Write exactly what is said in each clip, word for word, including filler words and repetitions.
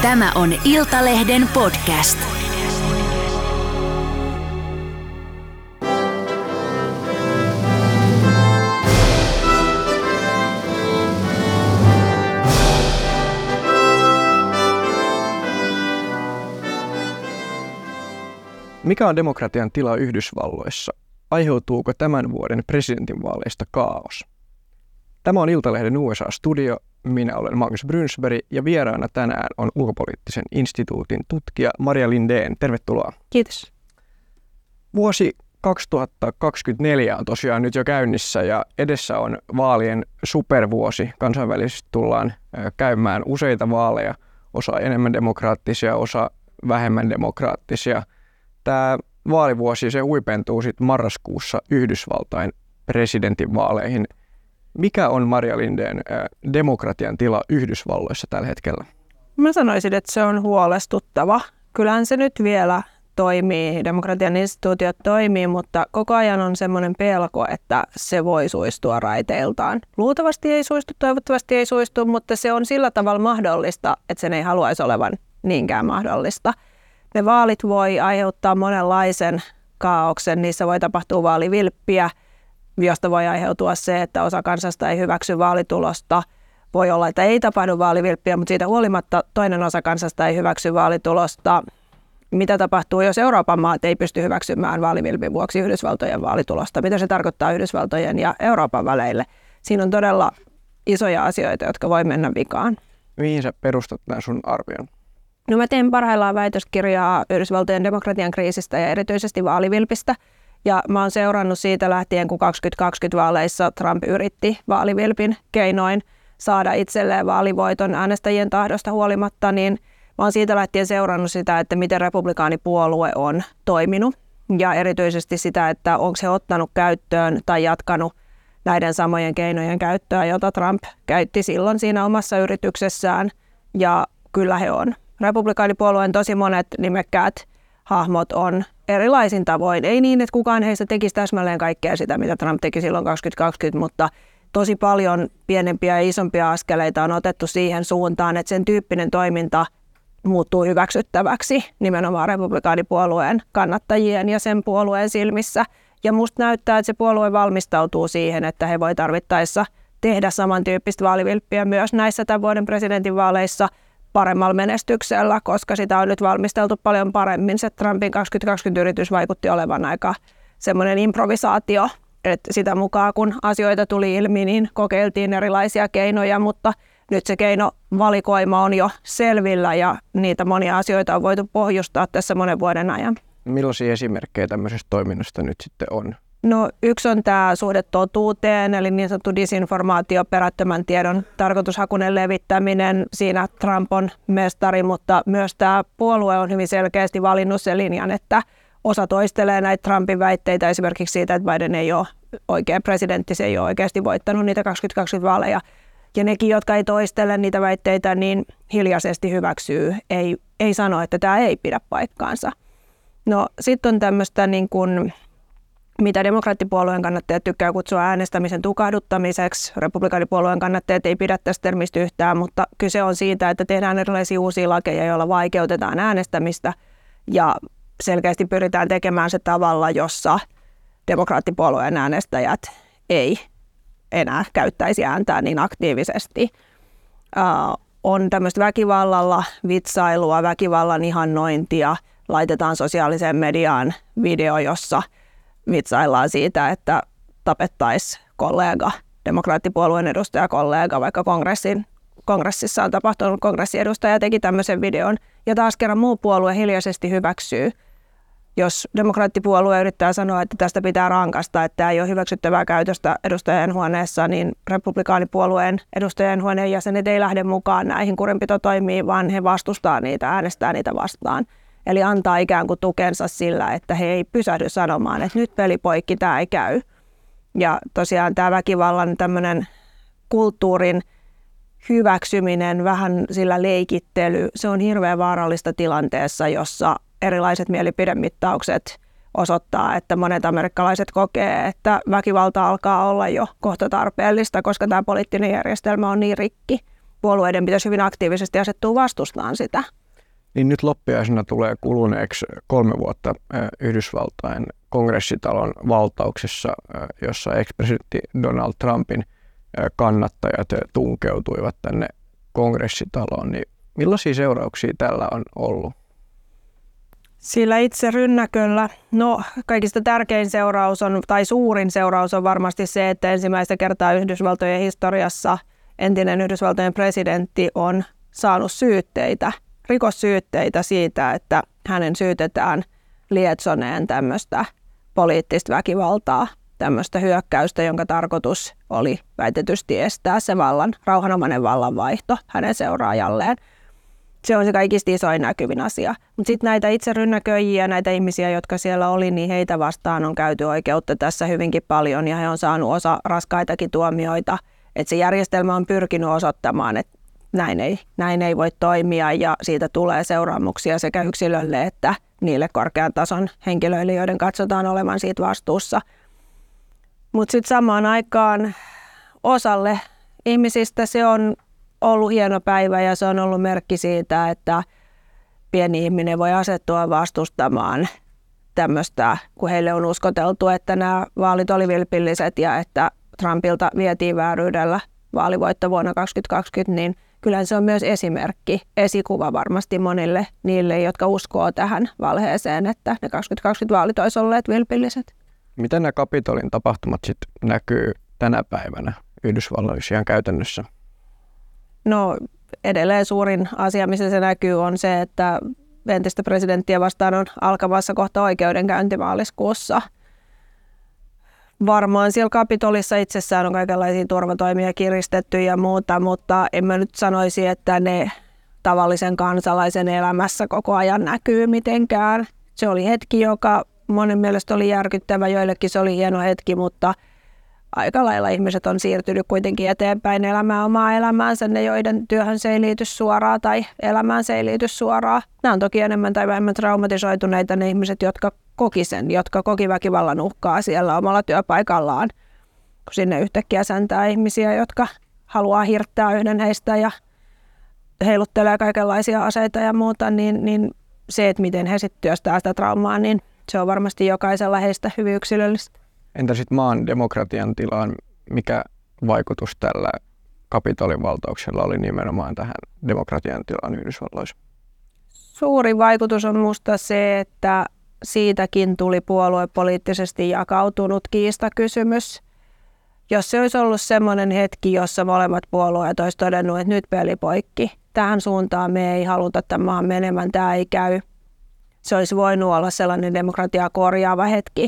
Tämä on Iltalehden podcast. Mikä on demokratian tila Yhdysvalloissa? Aiheutuuko tämän vuoden presidentinvaaleista kaos? Tämä on Iltalehden U S A-studio. Minä olen Magnus Brunsberg ja vieraana tänään on ulkopoliittisen instituutin tutkija Maria Lindén. Tervetuloa. Kiitos. Vuosi kaksituhattakaksikymmentäneljä on tosiaan nyt jo käynnissä ja edessä on vaalien supervuosi. Kansainvälisesti tullaan käymään useita vaaleja, osa enemmän demokraattisia, osa vähemmän demokraattisia. Tämä vaalivuosi se huipentuu sitten marraskuussa Yhdysvaltain presidentinvaaleihin. Mikä on Maria Lindén demokratian tila Yhdysvalloissa tällä hetkellä? Mä sanoisin, että se on huolestuttava. Kyllähän se nyt vielä toimii, demokratian instituutiot toimii, mutta koko ajan on semmoinen pelko, että se voi suistua raiteiltaan. Luultavasti ei suistu, toivottavasti ei suistu, mutta se on sillä tavalla mahdollista, että sen ei haluaisi olevan niinkään mahdollista. Ne vaalit voi aiheuttaa monenlaisen kaaoksen, niissä voi tapahtua vaalivilppiä, josta voi aiheutua se, että osa kansasta ei hyväksy vaalitulosta. Voi olla, että ei tapahdu vaalivilppiä, mutta siitä huolimatta toinen osa kansasta ei hyväksy vaalitulosta. Mitä tapahtuu, jos Euroopan maat ei pysty hyväksymään vaalivilpin vuoksi Yhdysvaltojen vaalitulosta? Mitä se tarkoittaa Yhdysvaltojen ja Euroopan väleille? Siinä on todella isoja asioita, jotka voi mennä vikaan. Mihin sä perustat tämän sun arvion? No mä teen parhaillaan väitöskirjaa Yhdysvaltojen demokratian kriisistä ja erityisesti vaalivilpistä. Ja mä oon seurannut siitä lähtien, kun kaksituhattakaksikymmentä vaaleissa Trump yritti vaalivilpin keinoin saada itselleen vaalivoiton äänestäjien tahdosta huolimatta, niin mä oon siitä lähtien seurannut sitä, että miten republikaanipuolue on toiminut. Ja erityisesti sitä, että onko se ottanut käyttöön tai jatkanut näiden samojen keinojen käyttöä, jota Trump käytti silloin siinä omassa yrityksessään. Ja kyllä he on. Republikaanipuolueen tosi monet nimekkäät hahmot on erilaisin tavoin. Ei niin, että kukaan heistä tekisi täsmälleen kaikkea sitä, mitä Trump teki silloin kaksituhattakaksikymmentä, mutta tosi paljon pienempiä ja isompia askeleita on otettu siihen suuntaan, että sen tyyppinen toiminta muuttuu hyväksyttäväksi nimenomaan republikaanipuolueen kannattajien ja sen puolueen silmissä. Ja musta näyttää, että se puolue valmistautuu siihen, että he voi tarvittaessa tehdä samantyyppistä vaalivilppiä myös näissä tämän vuoden presidentinvaaleissa paremmalla menestyksellä, koska sitä on nyt valmisteltu paljon paremmin. Se Trumpin kaksituhattakaksikymmentä-yritys vaikutti olevan aika semmoinen improvisaatio, että sitä mukaan kun asioita tuli ilmi, niin kokeiltiin erilaisia keinoja, mutta nyt se keinovalikoima on jo selvillä ja niitä monia asioita on voitu pohjustaa tässä monen vuoden ajan. Millaisia esimerkkejä tämmöisestä toiminnasta nyt sitten on? No yksi on tämä suhde totuuteen, eli niin sanottu disinformaatio, perättömän tiedon tarkoitushakuinen levittäminen. Siinä Trump on mestari, mutta myös tämä puolue on hyvin selkeästi valinnut sen linjan, että osa toistelee näitä Trumpin väitteitä esimerkiksi siitä, että Biden ei ole oikea presidentti, se ei ole oikeasti voittanut niitä kaksituhattakaksikymmentä vaaleja. Ja nekin, jotka ei toistele niitä väitteitä, niin hiljaisesti hyväksyy, ei, ei sano, että tämä ei pidä paikkaansa. No sitten on tämmöistä niin kuin mitä demokraattipuolueen kannattajat tykkää kutsua äänestämisen tukahduttamiseksi. Republikaanipuolueen kannattajat ei pidä tästä termistä yhtään, mutta kyse on siitä, että tehdään erilaisia uusia lakeja, joilla vaikeutetaan äänestämistä ja selkeästi pyritään tekemään se tavalla, jossa demokraattipuolueen äänestäjät ei enää käyttäisi ääntään niin aktiivisesti. Uh, on tämmöistä väkivallalla vitsailua, väkivallan ihannointia, laitetaan sosiaaliseen mediaan video, jossa vitsaillaan siitä, että tapettaisiin kollega, demokraattipuolueen edustajakollega, vaikka kongressin, kongressissa on tapahtunut, kongressiedustaja teki tämmöisen videon, ja taas kerran muu puolue hiljaisesti hyväksyy. Jos demokraattipuolue yrittää sanoa, että tästä pitää rankasta, että tämä ei ole hyväksyttävää käytöstä edustajien huoneessa, niin republikaanipuolueen edustajien huoneen jäsenet ei lähde mukaan näihin kurinpitotoimiin, vaan he vastustaa niitä, äänestää niitä vastaan. Eli antaa ikään kuin tukensa sillä, että he ei pysähdy sanomaan, että nyt peli poikki, tämä ei käy. Ja tosiaan tämä väkivallan tämmöinen kulttuurin hyväksyminen, vähän sillä leikittely, se on hirveän vaarallista tilanteessa, jossa erilaiset mielipidemittaukset osoittaa, että monet amerikkalaiset kokee, että väkivalta alkaa olla jo kohta tarpeellista, koska tämä poliittinen järjestelmä on niin rikki. puolueiden pitäisi hyvin aktiivisesti asettua vastustamaan sitä. Niin nyt loppiaisena tulee kuluneeksi kolme vuotta Yhdysvaltain kongressitalon valtauksessa, jossa ex-presidentti Donald Trumpin kannattajat tunkeutuivat tänne kongressitaloon. Niin millaisia seurauksia tällä on ollut? Sillä itse rynnäköllä, no kaikista tärkein seuraus on, tai suurin seuraus on varmasti se, että ensimmäistä kertaa Yhdysvaltojen historiassa entinen Yhdysvaltojen presidentti on saanut syytteitä, rikossyytteitä siitä, että hänen syytetään lietsoneen tämmöistä poliittista väkivaltaa, tämmöistä hyökkäystä, jonka tarkoitus oli väitetysti estää se vallan, rauhanomainen vallanvaihto hänen seuraajalleen. Se on se kaikista isoin näkyvin asia. Mutta sitten näitä itse rynnäköijiä, näitä ihmisiä, jotka siellä oli, niin heitä vastaan on käyty oikeutta tässä hyvinkin paljon ja he on saanut osa raskaitakin tuomioita. Että se järjestelmä on pyrkinyt osoittamaan, että näin ei, näin ei voi toimia ja siitä tulee seuraamuksia sekä yksilölle että niille korkean tason henkilöille, joiden katsotaan olevan siitä vastuussa. Mutta sitten samaan aikaan osalle ihmisistä se on ollut hieno päivä ja se on ollut merkki siitä, että pieni ihminen voi asettua vastustamaan tämmöistä, kun heille on uskoteltu, että nämä vaalit oli vilpilliset ja että Trumpilta vietiin vääryydellä vaalivoitto vuonna kaksituhattakaksikymmentä, niin kyllähän se on myös esimerkki, esikuva varmasti monille niille, jotka uskoo tähän valheeseen, että ne kaksituhattakaksikymmentä vaalit olisi olleet vilpilliset. Miten nämä Kapitolin tapahtumat sitten näkyy tänä päivänä Yhdysvalloissa ihan käytännössä? No edelleen suurin asia, missä se näkyy, on se, että entistä presidenttiä vastaan on alkamassa kohta oikeudenkäynti maaliskuussa. Varmaan siellä Kapitolissa itsessään on kaikenlaisia turvatoimia kiristetty ja muuta, mutta en mä nyt sanoisi, että ne tavallisen kansalaisen elämässä koko ajan näkyy mitenkään. Se oli hetki, joka monen mielestä oli järkyttävä, joillekin se oli hieno hetki, mutta aika lailla ihmiset on siirtynyt kuitenkin eteenpäin elämään omaa elämäänsä, ne joiden työhön se ei liity suoraan tai elämään se ei liity suoraan. Nämä on toki enemmän tai vähemmän traumatisoituneita ne ihmiset, jotka koki sen, jotka koki väkivallan uhkaa siellä omalla työpaikallaan. Kun sinne yhtäkkiä säntää ihmisiä, jotka haluaa hirttää yhden heistä ja heiluttelee kaikenlaisia aseita ja muuta, niin, niin se, että miten he sitten työstää sitä traumaa, niin se on varmasti jokaisella heistä hyvin yksilöllistä. Entä sitten maan demokratian tilaan, mikä vaikutus tällä Kapitolin valtauksella oli nimenomaan tähän demokratian tilaan Yhdysvalloissa? Suuri vaikutus on minusta se, että siitäkin tuli puoluepoliittisesti jakautunut kiistakysymys. Jos se olisi ollut sellainen hetki, jossa molemmat puolueet olisi todennut, että nyt peli poikki, tähän suuntaan me ei haluta tämän maan menemään, tämä ei käy. Se olisi voinut olla sellainen demokratiaa korjaava hetki.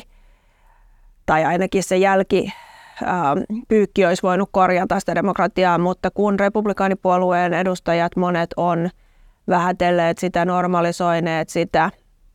Tai ainakin se jälkipyykki olisi voinut korjata sitä demokratiaa, mutta kun republikaanipuolueen edustajat monet on vähätelleet sitä, normalisoineet sitä,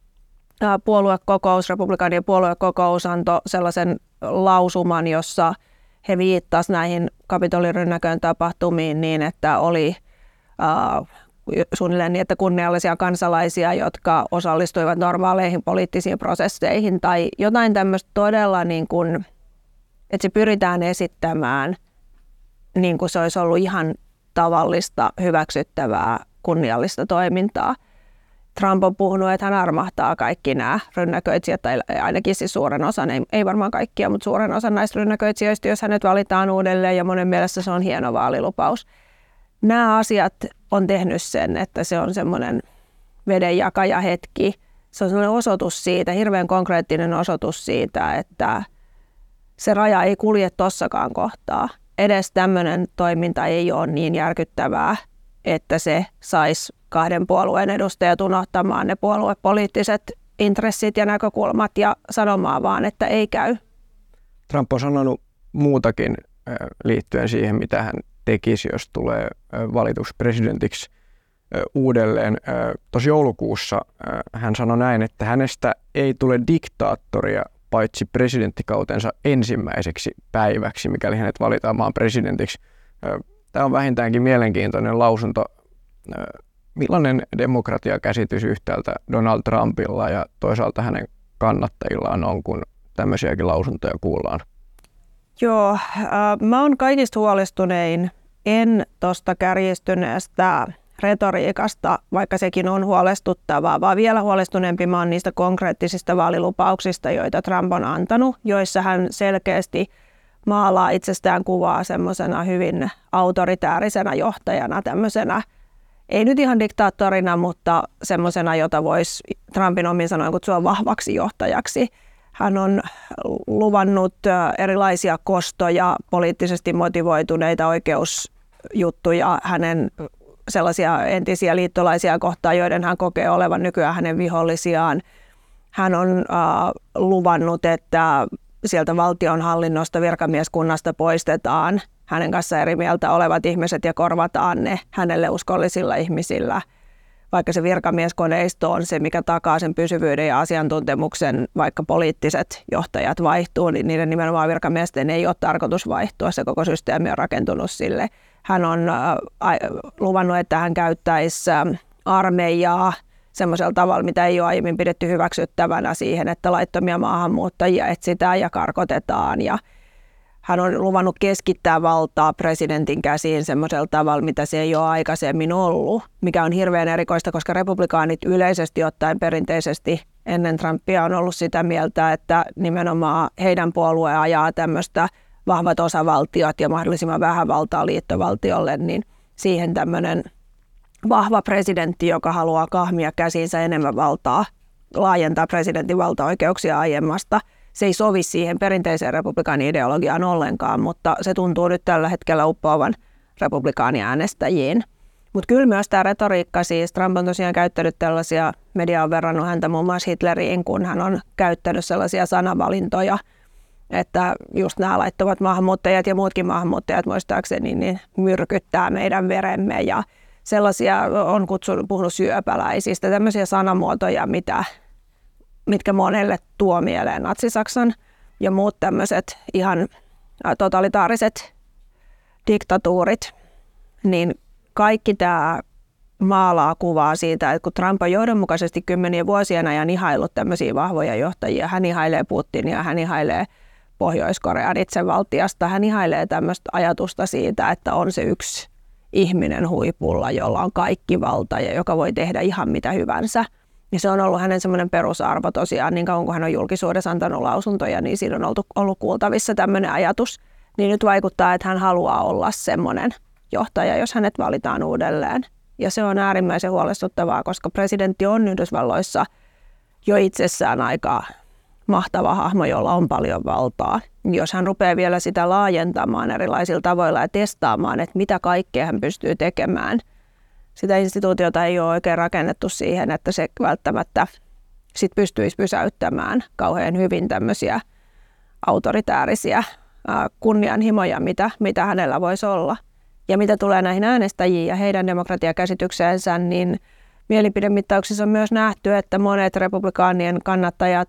puoluekokous, republikaanien puoluekokous antoi sellaisen lausuman, jossa he viittasivat näihin Kapitolin rynnäkön tapahtumiin niin, että oli äh, suunnilleen niin, että kunniallisia kansalaisia, jotka osallistuivat normaaleihin poliittisiin prosesseihin tai jotain tämmöistä todella, niin kuin, että se pyritään esittämään niin kuin se olisi ollut ihan tavallista, hyväksyttävää, kunniallista toimintaa. Trump on puhunut, että hän armahtaa kaikki nämä rynnäköitsijät, tai ainakin siis suuren osan, ei, ei varmaan kaikkia, mutta suuren osan näistä rynnäköitsijöistä, jos hänet valitaan uudelleen, ja monen mielestä se on hieno vaalilupaus. Nämä asiat on tehnyt sen, että se on semmoinen vedenjakajahetki. Se on semmoinen osoitus siitä, hirveän konkreettinen osoitus siitä, että se raja ei kulje tossakaan kohtaa. Edes tämmöinen toiminta ei ole niin järkyttävää, että se saisi kahden puolueen edustajat unohtamaan ne puoluepoliittiset intressit ja näkökulmat ja sanomaan vaan, että ei käy. Trump on sanonut muutakin liittyen siihen, mitä hän tekisi, jos tulee valituksi presidentiksi uudelleen. Tosi joulukuussa hän sanoi näin, että hänestä ei tule diktaattoria paitsi presidenttikautensa ensimmäiseksi päiväksi, mikäli hänet valitaan maan presidentiksi. Tämä on vähintäänkin mielenkiintoinen lausunto. Millainen demokratiakäsitys yhtäältä Donald Trumpilla ja toisaalta hänen kannattajillaan on, kun tämmöisiäkin lausuntoja kuullaan? Joo, äh, mä oon kaikista huolestunein en tuosta kärjistyneestä retoriikasta, vaikka sekin on huolestuttavaa, vaan vielä huolestuneempi mä oon niistä konkreettisista vaalilupauksista, joita Trump on antanut, joissa hän selkeästi maalaa itsestään kuvaa semmoisena hyvin autoritäärisenä johtajana, tämmöisenä, ei nyt ihan diktaattorina, mutta semmoisena, jota voisi Trumpin omin sanoen kutsua vahvaksi johtajaksi. Hän on luvannut erilaisia kostoja, poliittisesti motivoituneita oikeusjuttuja hänen sellaisia entisiä liittolaisia kohtaan, joiden hän kokee olevan nykyään hänen vihollisiaan. Hän on äh, luvannut, että sieltä valtionhallinnosta virkamieskunnasta poistetaan hänen kanssa eri mieltä olevat ihmiset ja korvataan ne hänelle uskollisilla ihmisillä. Vaikka se virkamieskoneisto on se, mikä takaa sen pysyvyyden ja asiantuntemuksen, vaikka poliittiset johtajat vaihtuu, niin niiden nimenomaan virkamiesten ei ole tarkoitus vaihtua. Se koko systeemi on rakentunut sille. Hän on äh, luvannut, että hän käyttäisi äh, armeijaa semmoisella tavalla, mitä ei ole aiemmin pidetty hyväksyttävänä siihen, että laittomia maahanmuuttajia etsitään ja karkotetaan. Ja hän on luvannut keskittää valtaa presidentin käsiin semmoisella tavalla, mitä se ei ole aikaisemmin ollut, mikä on hirveän erikoista, koska republikaanit yleisesti ottaen perinteisesti ennen Trumpia on ollut sitä mieltä, että nimenomaan heidän puolue ajaa tämmöistä vahvat osavaltiot ja mahdollisimman vähän valtaa liittovaltiolle, niin siihen tämmöinen vahva presidentti, joka haluaa kahmia käsiinsä enemmän valtaa, laajentaa presidentin valtaoikeuksia aiemmasta. Se ei sovi siihen perinteiseen republikaani-ideologiaan ollenkaan, mutta se tuntuu nyt tällä hetkellä uppoavan republikaaniäänestäjiin. Mutta kyllä myös tämä retoriikka, siis Trump on tosiaan käyttänyt tällaisia, media on verrannut häntä muun muassa Hitleriin, kun hän on käyttänyt sellaisia sanavalintoja, että just nämä laittomat maahanmuuttajat ja muutkin maahanmuuttajat muistaakseni niin myrkyttää meidän veremme ja sellaisia on kutsunut, puhunut syöpäläisistä, tämmöisiä sanamuotoja, mitä, mitkä monelle tuo mieleen Natsi-Saksan ja muut tämmöiset ihan totalitaariset diktatuurit, niin kaikki tämä maalaa kuvaa siitä, että kun Trump on johdonmukaisesti kymmenien vuosien ajan ihaillut tämmöisiä vahvoja johtajia, hän ihailee Putinia, hän ihailee Pohjois-Korean itsevaltiasta, hän ihailee tämmöistä ajatusta siitä, että on se yksi ihminen huipulla, jolla on kaikki valta ja joka voi tehdä ihan mitä hyvänsä. Ja se on ollut hänen semmoinen perusarvo tosiaan, niin kauan kuin hän on julkisuudessa antanut lausuntoja, niin siinä on ollut, ollut kuultavissa tämmöinen ajatus. Niin nyt vaikuttaa, että hän haluaa olla semmoinen johtaja, jos hänet valitaan uudelleen. Ja se on äärimmäisen huolestuttavaa, koska presidentti on Yhdysvalloissa jo itsessään aika mahtava hahmo, jolla on paljon valtaa. Jos hän rupeaa vielä sitä laajentamaan erilaisilla tavoilla ja testaamaan, että mitä kaikkea hän pystyy tekemään, sitä instituutiota ei ole oikein rakennettu siihen, että se välttämättä sit pystyisi pysäyttämään kauhean hyvin tämmöisiä autoritäärisiä kunnianhimoja, mitä, mitä hänellä voisi olla. Ja mitä tulee näihin äänestäjiin ja heidän demokratiakäsitykseensä, niin mielipidemittauksissa on myös nähty, että monet republikaanien kannattajat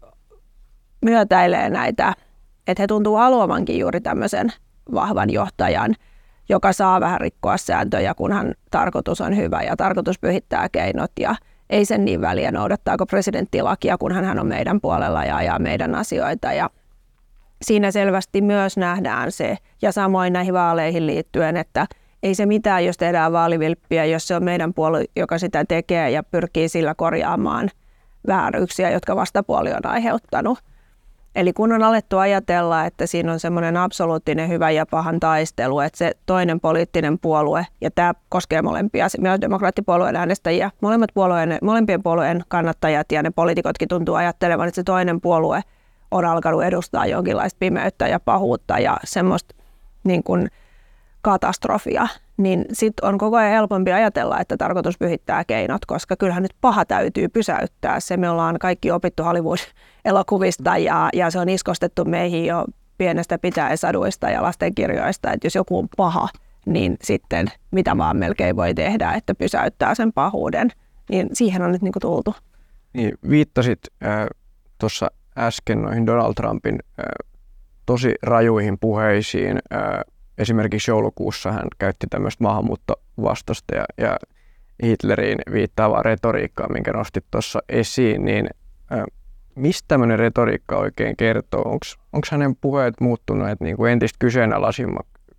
myötäilee näitä, että he tuntuu haluavankin juuri tämmöisen vahvan johtajan, joka saa vähän rikkoa sääntöjä, kunhan tarkoitus on hyvä ja tarkoitus pyhittää keinot ja ei sen niin väliä noudattaako presidentti lakia, kunhan hän on meidän puolella ja ajaa meidän asioita. Ja siinä selvästi myös nähdään se, ja samoin näihin vaaleihin liittyen, että ei se mitään, jos tehdään vaalivilppiä, jos se on meidän puolue, joka sitä tekee ja pyrkii sillä korjaamaan vääryyksiä, jotka vastapuoli on aiheuttanut. Eli kun on alettu ajatella, että siinä on semmoinen absoluuttinen hyvä ja pahan taistelu, että se toinen poliittinen puolue, ja tämä koskee molempia, myös demokraattipuolueen äänestäjiä, molemmat puolueen, molempien puolueen kannattajat ja ne poliitikotkin tuntuu ajattelevan, että se toinen puolue on alkanut edustaa jonkinlaista pimeyttä ja pahuutta ja semmoista niin kuin katastrofia, niin sitten on koko ajan helpompi ajatella, että tarkoitus pyhittää keinot, koska kyllähän nyt paha täytyy pysäyttää. Se me ollaan kaikki opittu Hollywood-elokuvista ja, ja se on iskostettu meihin jo pienestä pitäen saduista ja lastenkirjoista, että jos joku on paha, niin sitten mitä vaan melkein voi tehdä, että pysäyttää sen pahuuden. Niin siihen on nyt niin kuin tultu. Niin, viittasit äh, tuossa äsken noihin Donald Trumpin äh, tosi rajuihin puheisiin. Äh, esimerkiksi joulukuussa hän käytti tämmöistä maahanmuuttovastasta ja, ja Hitleriin viittaavaa retoriikkaa, minkä nostit tuossa esiin. Niin, äh, mistä tämmöinen retoriikka oikein kertoo? Onko hänen puheet muuttuneet niin kuin entistä kyseenalaisemmaksi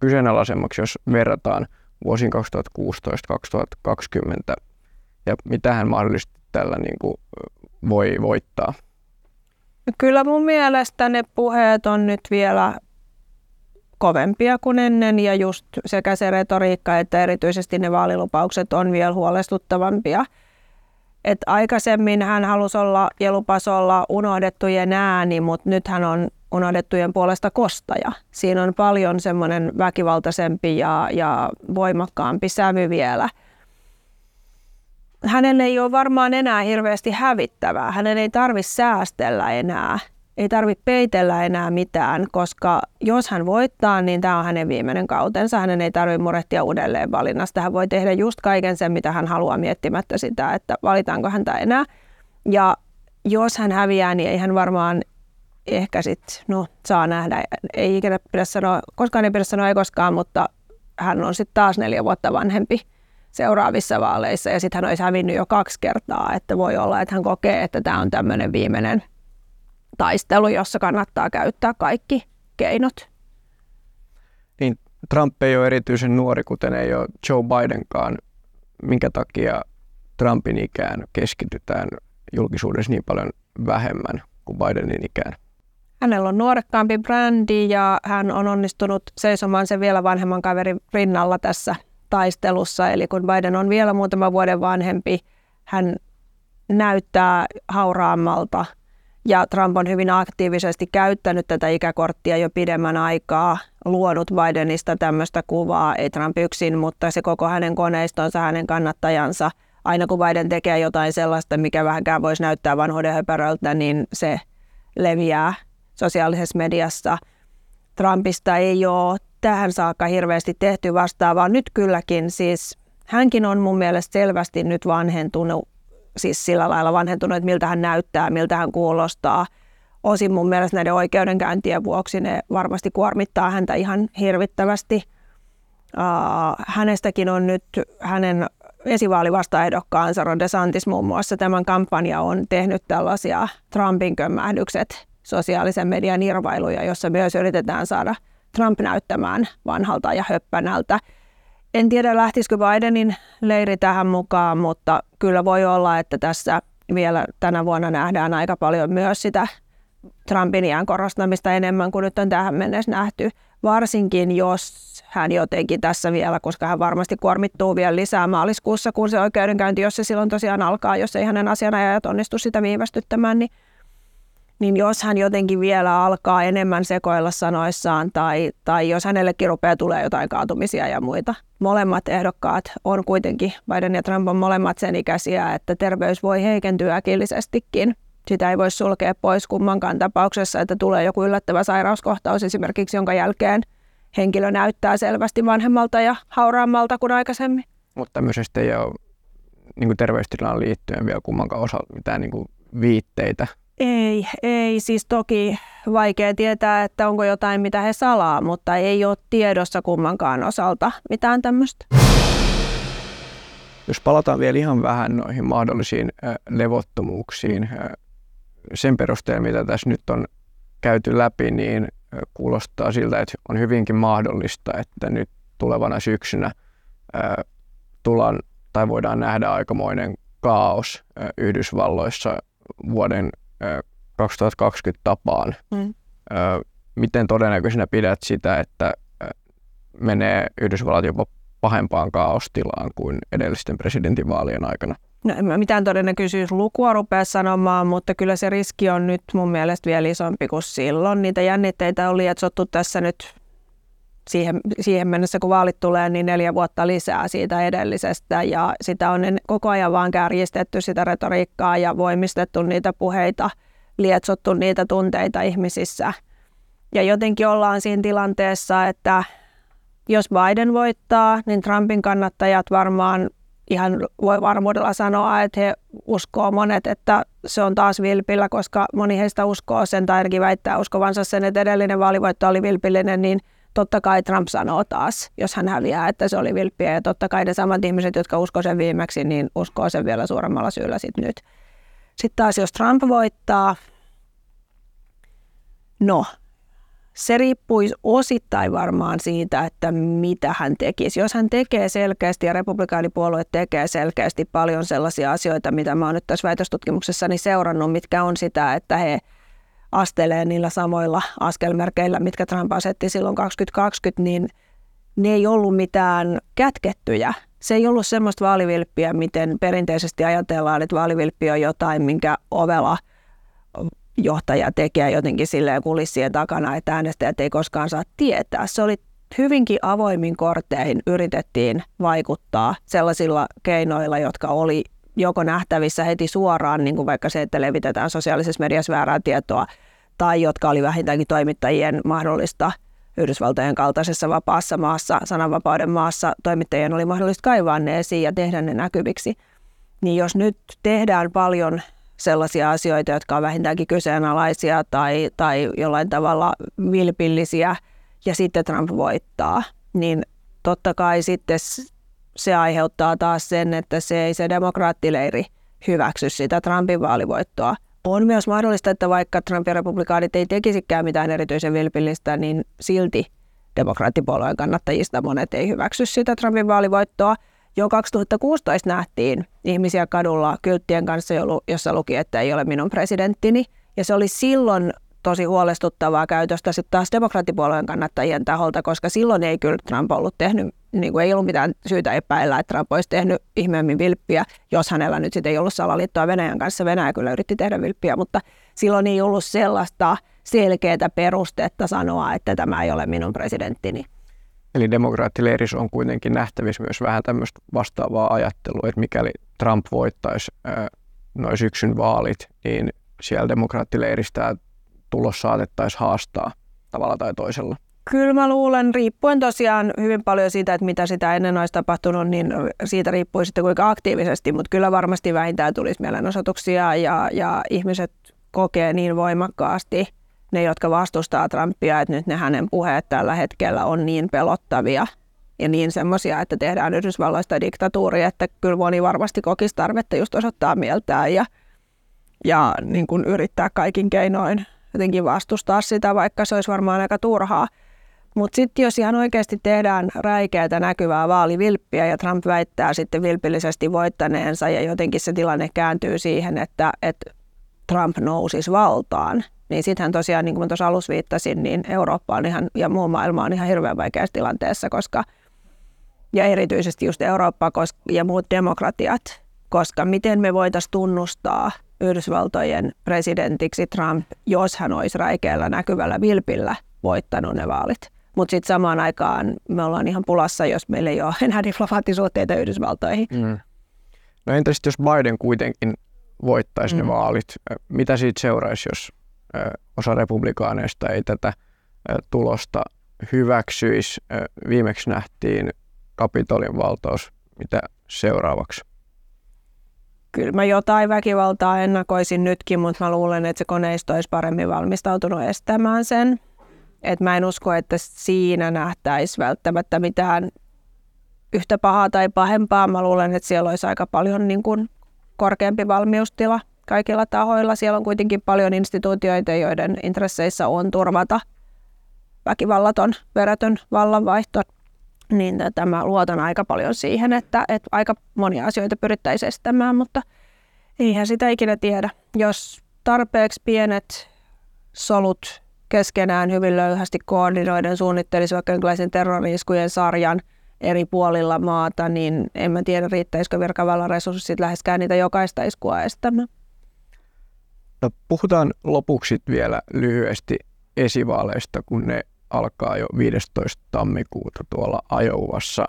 kyseenalaisemmaksi, jos verrataan vuosiin kaksituhattakuusitoista kaksituhattakaksikymmentä ja mitä hän mahdollisesti tällä niin kuin voi voittaa? Kyllä mun mielestä ne puheet on nyt vielä kovempia kuin ennen ja just sekä se retoriikka että erityisesti ne vaalilupaukset on vielä huolestuttavampia. Et aikaisemmin hän halusi olla ja lupasi olla unohdettujen ääni, mutta nyt hän on unohdettujen puolesta kostaja. Siinä on paljon semmoinen väkivaltaisempi ja, ja voimakkaampi sävy vielä. Hänelle ei ole varmaan enää hirveästi hävittävää. Hänen ei tarvitse säästellä enää. Ei tarvitse peitellä enää mitään, koska jos hän voittaa, niin tämä on hänen viimeinen kautensa. Hänen ei tarvitse murehtia uudelleen valinnasta. Hän voi tehdä just kaiken sen, mitä hän haluaa miettimättä sitä, että valitaanko häntä enää. Ja jos hän häviää, niin ei hän varmaan ehkä sitten, no saa nähdä, ei ikinä pidä sanoa, koskaan ei pidä sanoa ei koskaan, mutta hän on sitten taas neljä vuotta vanhempi seuraavissa vaaleissa ja sitten hän olisi hävinnyt jo kaksi kertaa, että voi olla, että hän kokee, että tämä on tämmöinen viimeinen taistelu, jossa kannattaa käyttää kaikki keinot. Niin Trump ei ole erityisen nuori, kuten ei ole Joe Bidenkaan. Minkä takia Trumpin ikään keskitytään julkisuudessa niin paljon vähemmän kuin Bidenin ikään? Hänellä on nuorekkaampi brändi ja hän on onnistunut seisomaan sen vielä vanhemman kaverin rinnalla tässä taistelussa. Eli kun Biden on vielä muutama vuoden vanhempi, hän näyttää hauraammalta. Ja Trump on hyvin aktiivisesti käyttänyt tätä ikäkorttia jo pidemmän aikaa, luonut Bidenista tämmöistä kuvaa, ei Trump yksin, mutta se koko hänen koneistonsa, hänen kannattajansa. Aina kun Biden tekee jotain sellaista, mikä vähänkään voisi näyttää vanhuuden höperöltä, niin se leviää sosiaalisessa mediassa. Trumpista ei ole tähän saakka hirveästi tehty vastaavaa. Nyt kylläkin, siis hänkin on mun mielestä selvästi nyt vanhentunut. Siis sillä lailla vanhentunut, että miltä hän näyttää, miltä hän kuulostaa. Osin mun mielestä näiden oikeudenkäyntien vuoksi ne varmasti kuormittaa häntä ihan hirvittävästi. Uh, hänestäkin on nyt hänen esivaalivastaehdokkaansa Ron DeSantis muun muassa tämän kampanja on tehnyt tällaisia Trumpin kömmähdykset sosiaalisen median irvailuja, jossa myös yritetään saada Trump näyttämään vanhalta ja höppänältä. En tiedä, lähtisikö Bidenin leiri tähän mukaan, mutta kyllä voi olla, että tässä vielä tänä vuonna nähdään aika paljon myös sitä Trumpin iän korostamista enemmän kuin nyt on tähän mennessä nähty. Varsinkin jos hän jotenkin tässä vielä, koska hän varmasti kuormittuu vielä lisää maaliskuussa, kun se oikeudenkäynti, jos se silloin tosiaan alkaa, jos ei hänen asianajajat onnistu sitä viivästyttämään, niin niin jos hän jotenkin vielä alkaa enemmän sekoilla sanoissaan tai, tai jos hänellekin rupeaa tulee jotain kaatumisia ja muita. Molemmat ehdokkaat on kuitenkin, Biden ja Trump on molemmat sen ikäisiä, että terveys voi heikentyä äkillisestikin. Sitä ei voi sulkea pois kummankaan tapauksessa, että tulee joku yllättävä sairauskohtaus esimerkiksi, jonka jälkeen henkilö näyttää selvästi vanhemmalta ja hauraammalta kuin aikaisemmin. Mutta tämmöisestä ei ole niin terveystilaan liittyen vielä kummankaan osalta mitään niin kuin viitteitä. Ei, ei. Siis toki vaikea tietää, että onko jotain, mitä he salaa, mutta ei ole tiedossa kummankaan osalta mitään tämmöistä. Jos palataan vielä ihan vähän noihin mahdollisiin levottomuuksiin, sen perusteella, mitä tässä nyt on käyty läpi, niin kuulostaa siltä, että on hyvinkin mahdollista, että nyt tulevana syksynä tullaan tai voidaan nähdä aikamoinen kaos Yhdysvalloissa vuoden kaksituhattakaksikymmentä tapaan. Mm. Miten todennäköisenä pidät sitä, että menee Yhdysvallat jopa pahempaan kaaostilaan kuin edellisten presidentinvaalien aikana? No en mä mitään todennäköisyyslukua rupea sanomaan, mutta kyllä se riski on nyt mun mielestä vielä isompi kuin silloin. Niitä jännitteitä on lietsottu tässä nyt siihen, siihen mennessä, kun vaalit tulee, niin neljä vuotta lisää siitä edellisestä. Ja sitä on koko ajan vaan kärjistetty sitä retoriikkaa ja voimistettu niitä puheita, lietsottu niitä tunteita ihmisissä. Ja jotenkin ollaan siinä tilanteessa, että jos Biden voittaa, niin Trumpin kannattajat varmaan ihan voi varmuudella sanoa, että he uskoo monet, että se on taas vilpillä, koska moni heistä uskoo sen tai ainakin väittää uskovansa sen, että edellinen vaalivoitto oli vilpillinen, niin totta kai Trump sanoo taas, jos hän häviää, että se oli vilppiä. Ja totta kai ne samat ihmiset, jotka uskoo sen viimeksi, niin uskoo sen vielä suuremmalla syyllä sit nyt. Sitten taas jos Trump voittaa, no se riippuisi osittain varmaan siitä, että mitä hän tekisi. Jos hän tekee selkeästi ja republikaanipuolue tekee selkeästi paljon sellaisia asioita, mitä mä oon nyt tässä väitöstutkimuksessani seurannut, mitkä on sitä, että he astelee niillä samoilla askelmerkeillä, mitkä Trump asetti silloin kaksituhattakaksikymmentä, niin ne ei ollut mitään kätkettyjä. Se ei ollut semmoista vaalivilppiä, miten perinteisesti ajatellaan, että vaalivilppi on jotain, minkä ovela johtaja tekee jotenkin silleen kulissien takana, että äänestäjät ei koskaan saa tietää. Se oli hyvinkin avoimin kortein, yritettiin vaikuttaa sellaisilla keinoilla, jotka oli joko nähtävissä heti suoraan, niin kuin vaikka se, että levitetään sosiaalisessa mediassa väärää tietoa, tai jotka oli vähintäänkin toimittajien mahdollista Yhdysvaltojen kaltaisessa vapaassa maassa, sananvapauden maassa, toimittajien oli mahdollista kaivaa ne esiin ja tehdä ne näkyviksi. Niin jos nyt tehdään paljon sellaisia asioita, jotka on vähintäänkin kyseenalaisia tai, tai jollain tavalla vilpillisiä, ja sitten Trump voittaa, niin totta kai sitten se aiheuttaa taas sen, että se ei se demokraattileiri hyväksy sitä Trumpin vaalivoittoa. On myös mahdollista, että vaikka Trump ja republikaanit ei tekisikään mitään erityisen vilpillistä, niin silti demokraattipuolueen kannattajista monet ei hyväksy sitä Trumpin vaalivoittoa. Jo kaksituhattakuusitoista nähtiin ihmisiä kadulla kylttien kanssa, jossa luki, että ei ole minun presidenttini. Ja se oli silloin tosi huolestuttavaa käytöstä sitten taas demokraattipuolueen kannattajien taholta, koska silloin ei kyllä Trump ollut tehnyt, niin kuin ei ollut mitään syytä epäillä, että Trump olisi tehnyt ihmeemmin vilppiä, jos hänellä nyt sitten ei ollut salaliittoa Venäjän kanssa. Venäjä kyllä yritti tehdä vilppiä, mutta silloin ei ollut sellaista selkeää perustetta sanoa, että tämä ei ole minun presidenttini. Eli demokraattileirissä on kuitenkin nähtävissä myös vähän tämmöistä vastaavaa ajattelua, että mikäli Trump voittaisi äh, noin syksyn vaalit, niin siellä demokraattileiristä tulos saatettaisiin haastaa tavalla tai toisella. Kyllä mä luulen, riippuen tosiaan hyvin paljon siitä, että mitä sitä ennen olisi tapahtunut, niin siitä riippuu sitten kuinka aktiivisesti, mutta kyllä varmasti vähintään tulisi mielenosoituksia ja, ja ihmiset kokee niin voimakkaasti, ne jotka vastustaa Trumpia, että nyt ne hänen puheet tällä hetkellä on niin pelottavia ja niin semmoisia, että tehdään Yhdysvalloista diktatuuria, että kyllä moni varmasti kokisi tarvetta just osoittaa mieltään ja, ja niin kuin yrittää kaikin keinoin jotenkin vastustaa sitä, vaikka se olisi varmaan aika turhaa. Mutta sitten jos ihan oikeasti tehdään räikeätä näkyvää vaalivilppiä ja Trump väittää sitten vilpillisesti voittaneensa ja jotenkin se tilanne kääntyy siihen, että, että Trump nousisi valtaan, niin sittenhän tosiaan, niin kuin tuossa alussa viittasin, niin Eurooppa on ihan, ja muu maailma on ihan hirveän vaikeassa tilanteessa, koska, ja erityisesti just Eurooppa koska, ja muut demokratiat, koska miten me voitaisiin tunnustaa Yhdysvaltojen presidentiksi Trump, jos hän olisi räikeällä näkyvällä vilpillä voittanut ne vaalit. Mutta sitten samaan aikaan me ollaan ihan pulassa, jos meillä ei ole enää diplomaattisuhteita Yhdysvaltoihin. Mm. No entä sitten, jos Biden kuitenkin voittaisi mm. ne vaalit? Mitä siitä seuraisi, jos osa republikaaneista ei tätä tulosta hyväksyisi? Viimeksi nähtiin Kapitolin valtaus. Mitä seuraavaksi? Kyllä mä jotain väkivaltaa ennakoisin nytkin, mutta mä luulen, että se koneisto olisi paremmin valmistautunut estämään sen. Et mä en usko, että siinä nähtäisi välttämättä mitään yhtä pahaa tai pahempaa. Mä luulen, että siellä olisi aika paljon niin kuin korkeampi valmiustila kaikilla tahoilla. Siellä on kuitenkin paljon instituutioita, joiden intresseissä on turvata väkivallaton, veretön vallanvaihto. Niin tätä mä luotan aika paljon siihen, että, että aika monia asioita pyrittäisiin estämään, mutta eihän sitä ikinä tiedä. Jos tarpeeksi pienet solut keskenään hyvin löyhästi koordinoiden suunnittelisi vaikka jonkinlaisen terrori-iskujen sarjan eri puolilla maata, niin en mä tiedä, riittäisikö virkavallan resurssit läheskään niitä jokaista iskua estämään. No, puhutaan lopuksi vielä lyhyesti esivaaleista, kun ne alkaa jo viidestoista tammikuuta tuolla Iowassa.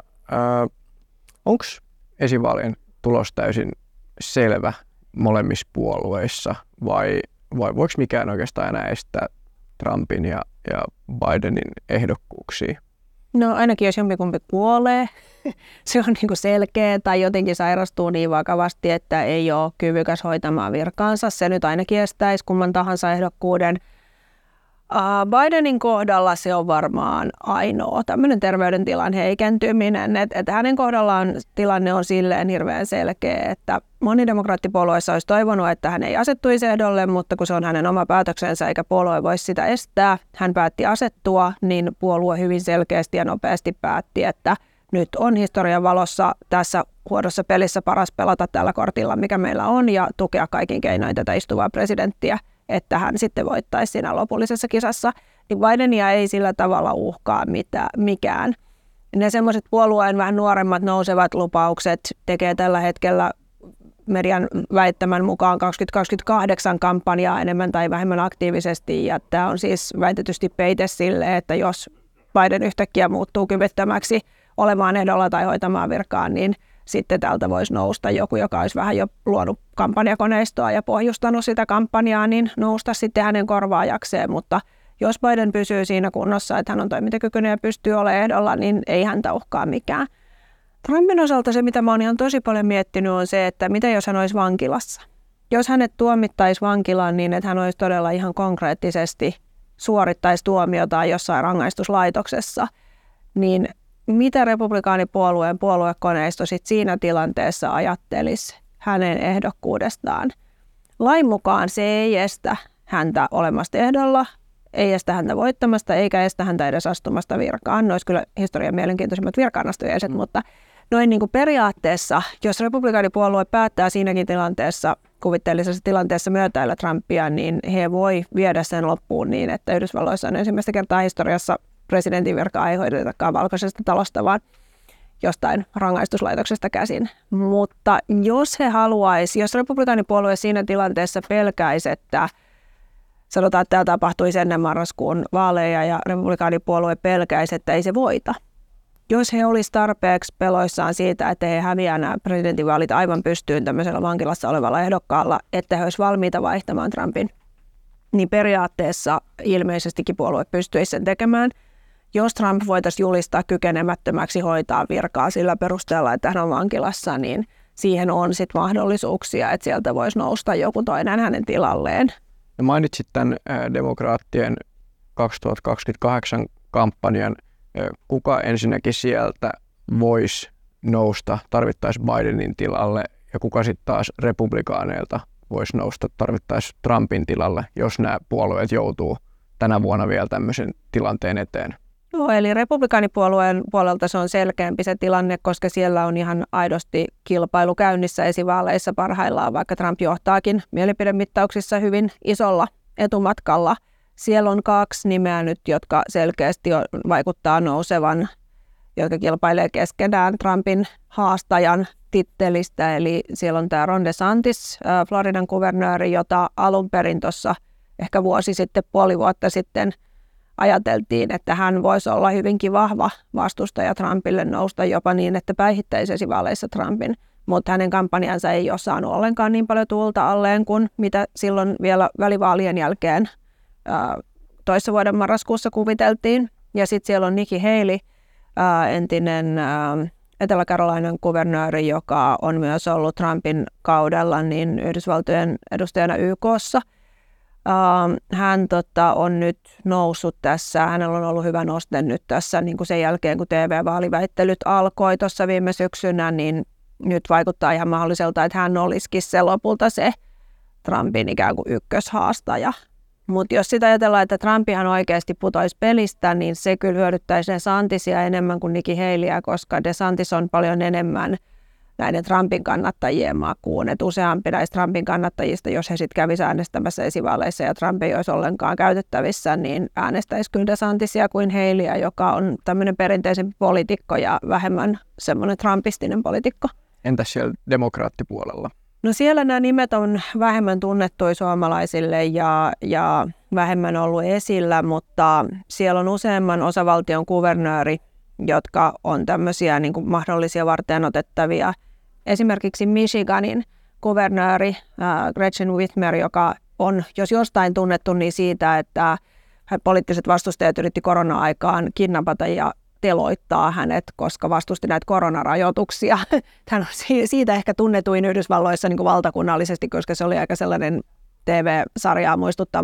Onko esivaalien tulos täysin selvä molemmissa puolueissa vai, vai voiko mikään oikeastaan enää estää Trumpin ja, ja Bidenin ehdokkuuksia? No ainakin jos jompikumpi kuolee, se on niin kuin selkeä tai jotenkin sairastuu niin vakavasti, että ei ole kyvykäs hoitamaan virkaansa. Se nyt ainakin estäisi kumman tahansa ehdokkuuden. Bidenin kohdalla se on varmaan ainoa tämmöinen terveydentilan heikentyminen, että et hänen kohdallaan tilanne on silleen hirveän selkeä, että moni demokraattipuolueessa olisi toivonut, että hän ei asettuisi ehdolle, mutta kun se on hänen oma päätöksensä eikä puolue voisi sitä estää, hän päätti asettua, niin puolue hyvin selkeästi ja nopeasti päätti, että nyt on historian valossa tässä huodossa pelissä paras pelata tällä kortilla, mikä meillä on, ja tukea kaikin keinoin tätä istuvaa presidenttiä, että hän sitten voittaisi siinä lopullisessa kisassa, niin Bidenia ei sillä tavalla uhkaa mitään, mikään. Ne semmoiset puolueen vähän nuoremmat nousevat lupaukset tekee tällä hetkellä median väittämän mukaan kaksituhattakaksikymmentäkahdeksan kampanjaa enemmän tai vähemmän aktiivisesti, ja tämä on siis väitetysti peite sille, että jos Biden yhtäkkiä muuttuu kyvyttömäksi olemaan ehdolla tai hoitamaan virkaan, niin sitten täältä voisi nousta joku, joka olisi vähän jo luonut kampanjakoneistoa ja pohjustanut sitä kampanjaa, niin nousta sitten hänen korvaajakseen. Mutta jos Biden pysyy siinä kunnossa, että hän on toimintakykyinen ja pystyy olemaan ehdolla, niin ei häntä uhkaa mikään. Trumpin osalta se, mitä mä oon ihan tosi paljon miettinyt, on se, että mitä jos hän olisi vankilassa. Jos hänet tuomittaisi vankilaan niin, että hän olisi todella ihan konkreettisesti suorittaisi tuomiotaan jossain rangaistuslaitoksessa, niin mitä republikaanipuolueen puoluekoneisto sit siinä tilanteessa ajattelisi hänen ehdokkuudestaan? Lain mukaan se ei estä häntä olemasta ehdolla, ei estä häntä voittamasta, eikä estä häntä edes astumasta virkaan. Ne olisi kyllä historian mielenkiintoisimmat virkaanastujaiset, mm. mutta noin niin kuin periaatteessa, jos republikaanipuolue päättää siinäkin tilanteessa, kuvitteellisessa tilanteessa myötäillä Trumpia, niin he voi viedä sen loppuun niin, että Yhdysvalloissa on ensimmäistä kertaa historiassa presidentin virkaa ei hoidetakaan valkoisesta talosta, vaan jostain rangaistuslaitoksesta käsin. Mutta jos he haluaisi, jos republikaanipuolue siinä tilanteessa pelkäisi, että sanotaan, että tämä tapahtuisi ennen marraskuun vaaleja ja republikaanipuolue pelkäisi, että ei se voita. Jos he olisi tarpeeksi peloissaan siitä, että he häviää nämä presidentinvaalit aivan pystyyn tämmöisellä vankilassa olevalla ehdokkaalla, että he olisi valmiita vaihtamaan Trumpin, niin periaatteessa ilmeisestikin puolue pystyisi sen tekemään. Jos Trump voitaisiin julistaa kykenemättömäksi hoitaa virkaa sillä perusteella, että hän on vankilassa, niin siihen on sitten mahdollisuuksia, että sieltä voisi nousta joku toinen hänen tilalleen. Ja mainitsit tämän demokraattien kaksituhattakaksikymmentäkahdeksan kampanjan. Kuka ensinnäkin sieltä voisi nousta tarvittaisiin Bidenin tilalle ja kuka sitten taas republikaaneilta voisi nousta tarvittaisiin Trumpin tilalle, jos nämä puolueet joutuu tänä vuonna vielä tämmöisen tilanteen eteen? Joo, eli republikaanipuolueen puolelta se on selkeämpi se tilanne, koska siellä on ihan aidosti kilpailu käynnissä esivaaleissa parhaillaan, vaikka Trump johtaakin mielipidemittauksissa hyvin isolla etumatkalla. Siellä on kaksi nimeä nyt, jotka selkeästi vaikuttaa nousevan, jotka kilpailee keskenään Trumpin haastajan tittelistä. Eli siellä on tämä Ron DeSantis, Floridan kuvernööri, jota alun perin tuossa ehkä vuosi sitten, puoli vuotta sitten ajateltiin, että hän voisi olla hyvinkin vahva vastustaja Trumpille, nousta jopa niin, että päihittäisi esivaaleissa Trumpin. Mutta hänen kampanjansa ei ole saanut ollenkaan niin paljon tuulta alleen kuin mitä silloin vielä välivaalien jälkeen toissa vuoden marraskuussa kuviteltiin. Ja sitten siellä on Nikki Haley, entinen Etelä-Carolinan kuvernööri, joka on myös ollut Trumpin kaudella niin Yhdysvaltojen edustajana Y K:ssa. Hän tota, on nyt noussut tässä, hänellä on ollut hyvä noste nyt tässä niin kuin sen jälkeen, kun T V-vaaliväittelyt alkoi tuossa viime syksynä, niin nyt vaikuttaa ihan mahdolliselta, että hän olisikin se lopulta se Trumpin ikään kuin ykköshaastaja. Mutta jos sitä ajatellaan, että Trumpihan oikeasti putoisi pelistä, niin se kyllä hyödyttäisi DeSantisia enemmän kuin Nikki Haleyä, koska DeSantis on paljon enemmän näiden Trumpin kannattajien makuun. Et useampi näistä Trumpin kannattajista, jos he sitten kävisivät äänestämässä esivaaleissa ja Trump ei olisi ollenkaan käytettävissä, niin äänestäisi kyllä DeSantisia kuin Haleyä, joka on tämmöinen perinteisempi poliitikko ja vähemmän semmoinen trumpistinen poliitikko. Entäs siellä demokraattipuolella? No siellä nämä nimet on vähemmän tunnettuja suomalaisille ja, ja vähemmän ollut esillä, mutta siellä on useamman osavaltion kuvernööri, jotka on tämmöisiä niin kuin mahdollisia varteenotettavia. Esimerkiksi Michiganin kuvernööri äh, Gretchen Whitmer, joka on jos jostain tunnettu niin siitä, että poliittiset vastustajat yritti korona-aikaan kidnapata ja teloittaa hänet, koska vastusti näitä koronarajoituksia. Hän on siitä ehkä tunnetuin Yhdysvalloissa niin kuin valtakunnallisesti, koska se oli aika sellainen T V-sarjaa muistuttava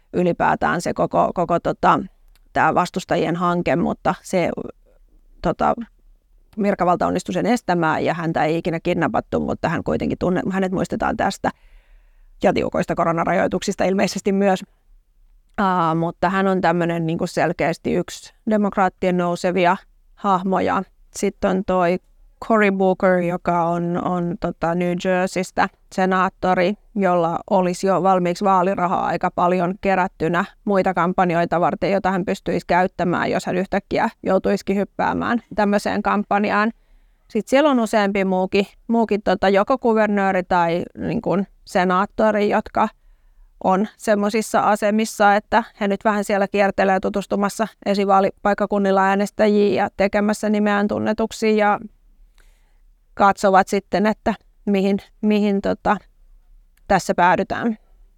ylipäätään se koko, koko tota, tämä vastustajien hanke, mutta se tota, virkavalta onnistui sen estämään ja häntä ei ikinä kidnappattu, mutta hän kuitenkin tunne, hänet muistetaan tästä ja tiukoista koronarajoituksista ilmeisesti myös. Uh, mutta hän on tämmöinen niin kuin selkeästi yksi demokraattien nousevia hahmoja. Sitten on toi Cory Booker, joka on, on tota New Jerseystä senaattori, jolla olisi jo valmiiksi vaalirahaa aika paljon kerättynä muita kampanjoita varten, jota hän pystyisi käyttämään, jos hän yhtäkkiä joutuisikin hyppäämään tämmöiseen kampanjaan. Sitten siellä on useampi muukin, muukin tota, joko kuvernööri tai niin kuin senaattori, jotka on semmoisissa asemissa, että he nyt vähän siellä kiertelee tutustumassa esivaalipaikkakunnilla äänestäjiin ja tekemässä nimeään tunnetuksi ja katsovat sitten, että mihin, mihin tota, tässä päädytään.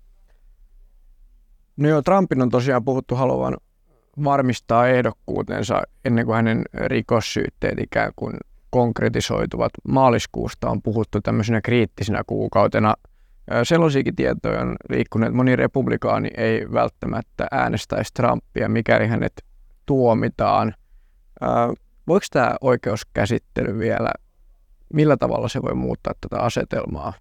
No joo, Trumpin on tosiaan puhuttu haluavan varmistaa ehdokkuutensa ennen kuin hänen rikossyytteet ikään kuin konkretisoituvat. Maaliskuusta on puhuttu tämmöisenä kriittisenä kuukautena. Sellaisiakin tietoja on liikkunut, että moni republikaani ei välttämättä äänestäisi Trumpia, mikäli hänet tuomitaan. Voiko tämä oikeuskäsittely vielä, millä tavalla se voi muuttaa tätä asetelmaa?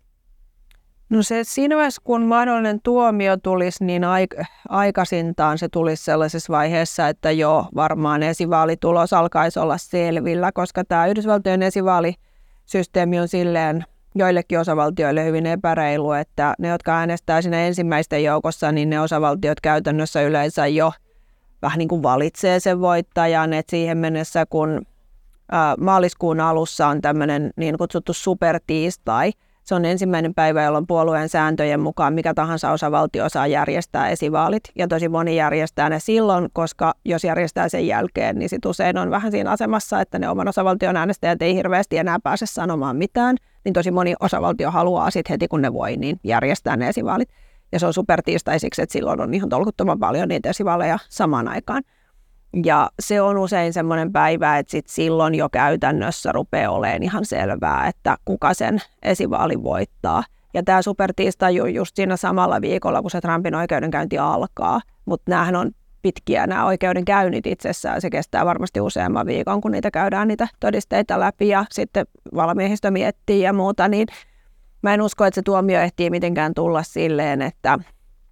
No se siinä vaiheessa, kun mahdollinen tuomio tulisi, niin aik- aikaisintaan se tulisi sellaisessa vaiheessa, että jo varmaan esivaalitulos alkaisi olla selvillä, koska tämä Yhdysvaltojen esivaalisysteemi on silleen joillekin osavaltioille hyvin epäreilu, että ne, jotka äänestää siinä ensimmäisten joukossa, niin ne osavaltiot käytännössä yleensä jo vähän niin kuin valitsee sen voittajan, että siihen mennessä, kun ää, maaliskuun alussa on tämmöinen niin kutsuttu supertiistai, se on ensimmäinen päivä, jolloin puolueen sääntöjen mukaan mikä tahansa osavaltio saa järjestää esivaalit. Ja tosi moni järjestää ne silloin, koska jos järjestää sen jälkeen, niin sit usein on vähän siinä asemassa, että ne oman osavaltion äänestäjät ei hirveästi enää pääse sanomaan mitään. Niin tosi moni osavaltio haluaa sitten heti, kun ne voi, niin järjestää ne esivaalit. Ja se on supertiistai siksi, että silloin on ihan tolkuttoman paljon niitä esivaaleja samaan aikaan. Ja se on usein semmoinen päivä, että sit silloin jo käytännössä rupeaa olemaan ihan selvää, että kuka sen esivaalin voittaa. Ja tämä supertiistai on just siinä samalla viikolla, kun se Trumpin oikeudenkäynti alkaa. Mutta näähän on pitkiä nämä oikeudenkäynnit itsessään. Se kestää varmasti useamman viikon, kun niitä käydään niitä todisteita läpi ja sitten valmiehistö miettii ja muuta. Niin mä en usko, että se tuomio ehtii mitenkään tulla silleen, että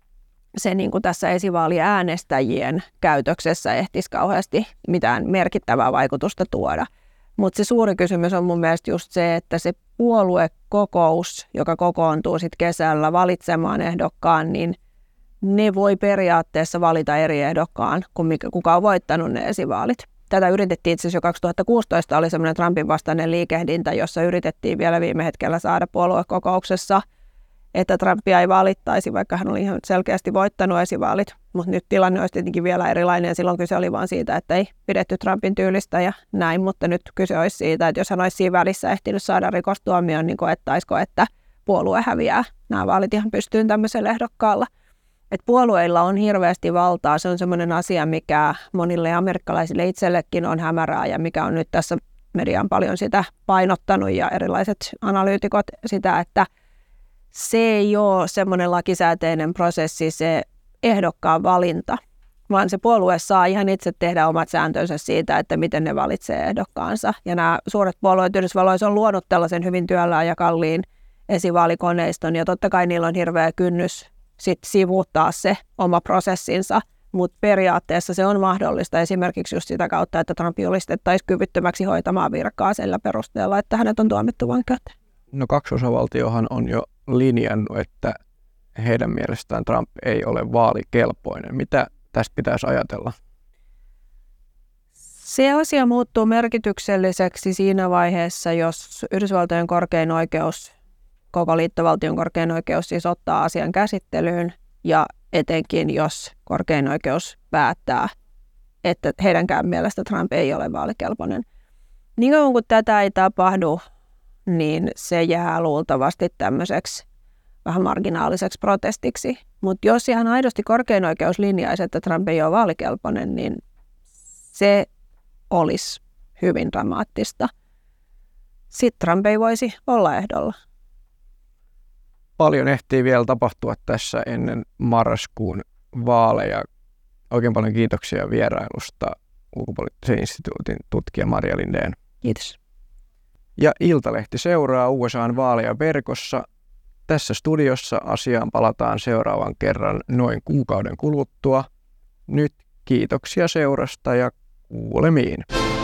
se niin kuin tässä esivaaliäänestäjien käytöksessä ehtisi kauheasti mitään merkittävää vaikutusta tuoda. Mutta se suuri kysymys on mun mielestä just se, että se puoluekokous, joka kokoontuu sitten kesällä valitsemaan ehdokkaan, niin ne voi periaatteessa valita eri ehdokkaan kuin mikä, kuka on voittanut ne esivaalit. Tätä yritettiin itse asiassa jo kaksituhattakuusitoista, oli semmoinen Trumpin vastainen liikehdintä, jossa yritettiin vielä viime hetkellä saada puoluekokouksessa, että Trumpia ei valittaisi, vaikka hän oli ihan selkeästi voittanut esivaalit. Mutta nyt tilanne olisi tietenkin vielä erilainen. Silloin kyse oli vain siitä, että ei pidetty Trumpin tyylistä ja näin. Mutta nyt kyse olisi siitä, että jos hän olisi siinä välissä ehtinyt saada rikostuomion, niin koettaisiko, että puolue häviää nämä vaalit ihan pystyyn tämmöisellä ehdokkaalla. Et puolueilla on hirveästi valtaa. Se on semmoinen asia, mikä monille amerikkalaisille itsellekin on hämärää ja mikä on nyt tässä median paljon sitä painottanut ja erilaiset analyytikot sitä, että se ei ole semmoinen lakisääteinen prosessi, se ehdokkaan valinta, vaan se puolue saa ihan itse tehdä omat sääntönsä siitä, että miten ne valitsee ehdokkaansa. Ja nämä suuret puolueet Yhdysvalloissa on luonut tällaisen hyvin työllään ja kalliin esivaalikoneiston, ja totta kai niillä on hirveä kynnys sit sivuuttaa se oma prosessinsa, mutta periaatteessa se on mahdollista esimerkiksi just sitä kautta, että Trump julistettaisiin kyvyttömäksi hoitamaan virkaa sillä perusteella, että hänet on tuomittu vankeuteen. No kaksi osavaltiohan on jo linjannut, että heidän mielestään Trump ei ole vaalikelpoinen. Mitä tästä pitäisi ajatella? Se asia muuttuu merkitykselliseksi siinä vaiheessa, jos Yhdysvaltojen korkein oikeus, koko liittovaltion korkein oikeus siis ottaa asian käsittelyyn ja etenkin jos korkein oikeus päättää, että heidänkään mielestä Trump ei ole vaalikelpoinen. Niin kauan kuin tätä ei tapahdu, niin se jää luultavasti tämmöiseksi vähän marginaaliseksi protestiksi. Mutta jos ihan aidosti korkein oikeus linjaisi, että Trump ei ole vaalikelpoinen, niin se olisi hyvin dramaattista. Sitten Trump ei voisi olla ehdolla. Paljon ehtii vielä tapahtua tässä ennen marraskuun vaaleja. Oikein paljon kiitoksia vierailusta Ulkopoliittisen instituutin tutkija Marja Lindén. Kiitos. Ja Iltalehti seuraa U S A:n vaaleja verkossa. Tässä studiossa asiaan palataan seuraavan kerran noin kuukauden kuluttua. Nyt kiitoksia seurasta ja kuulemiin.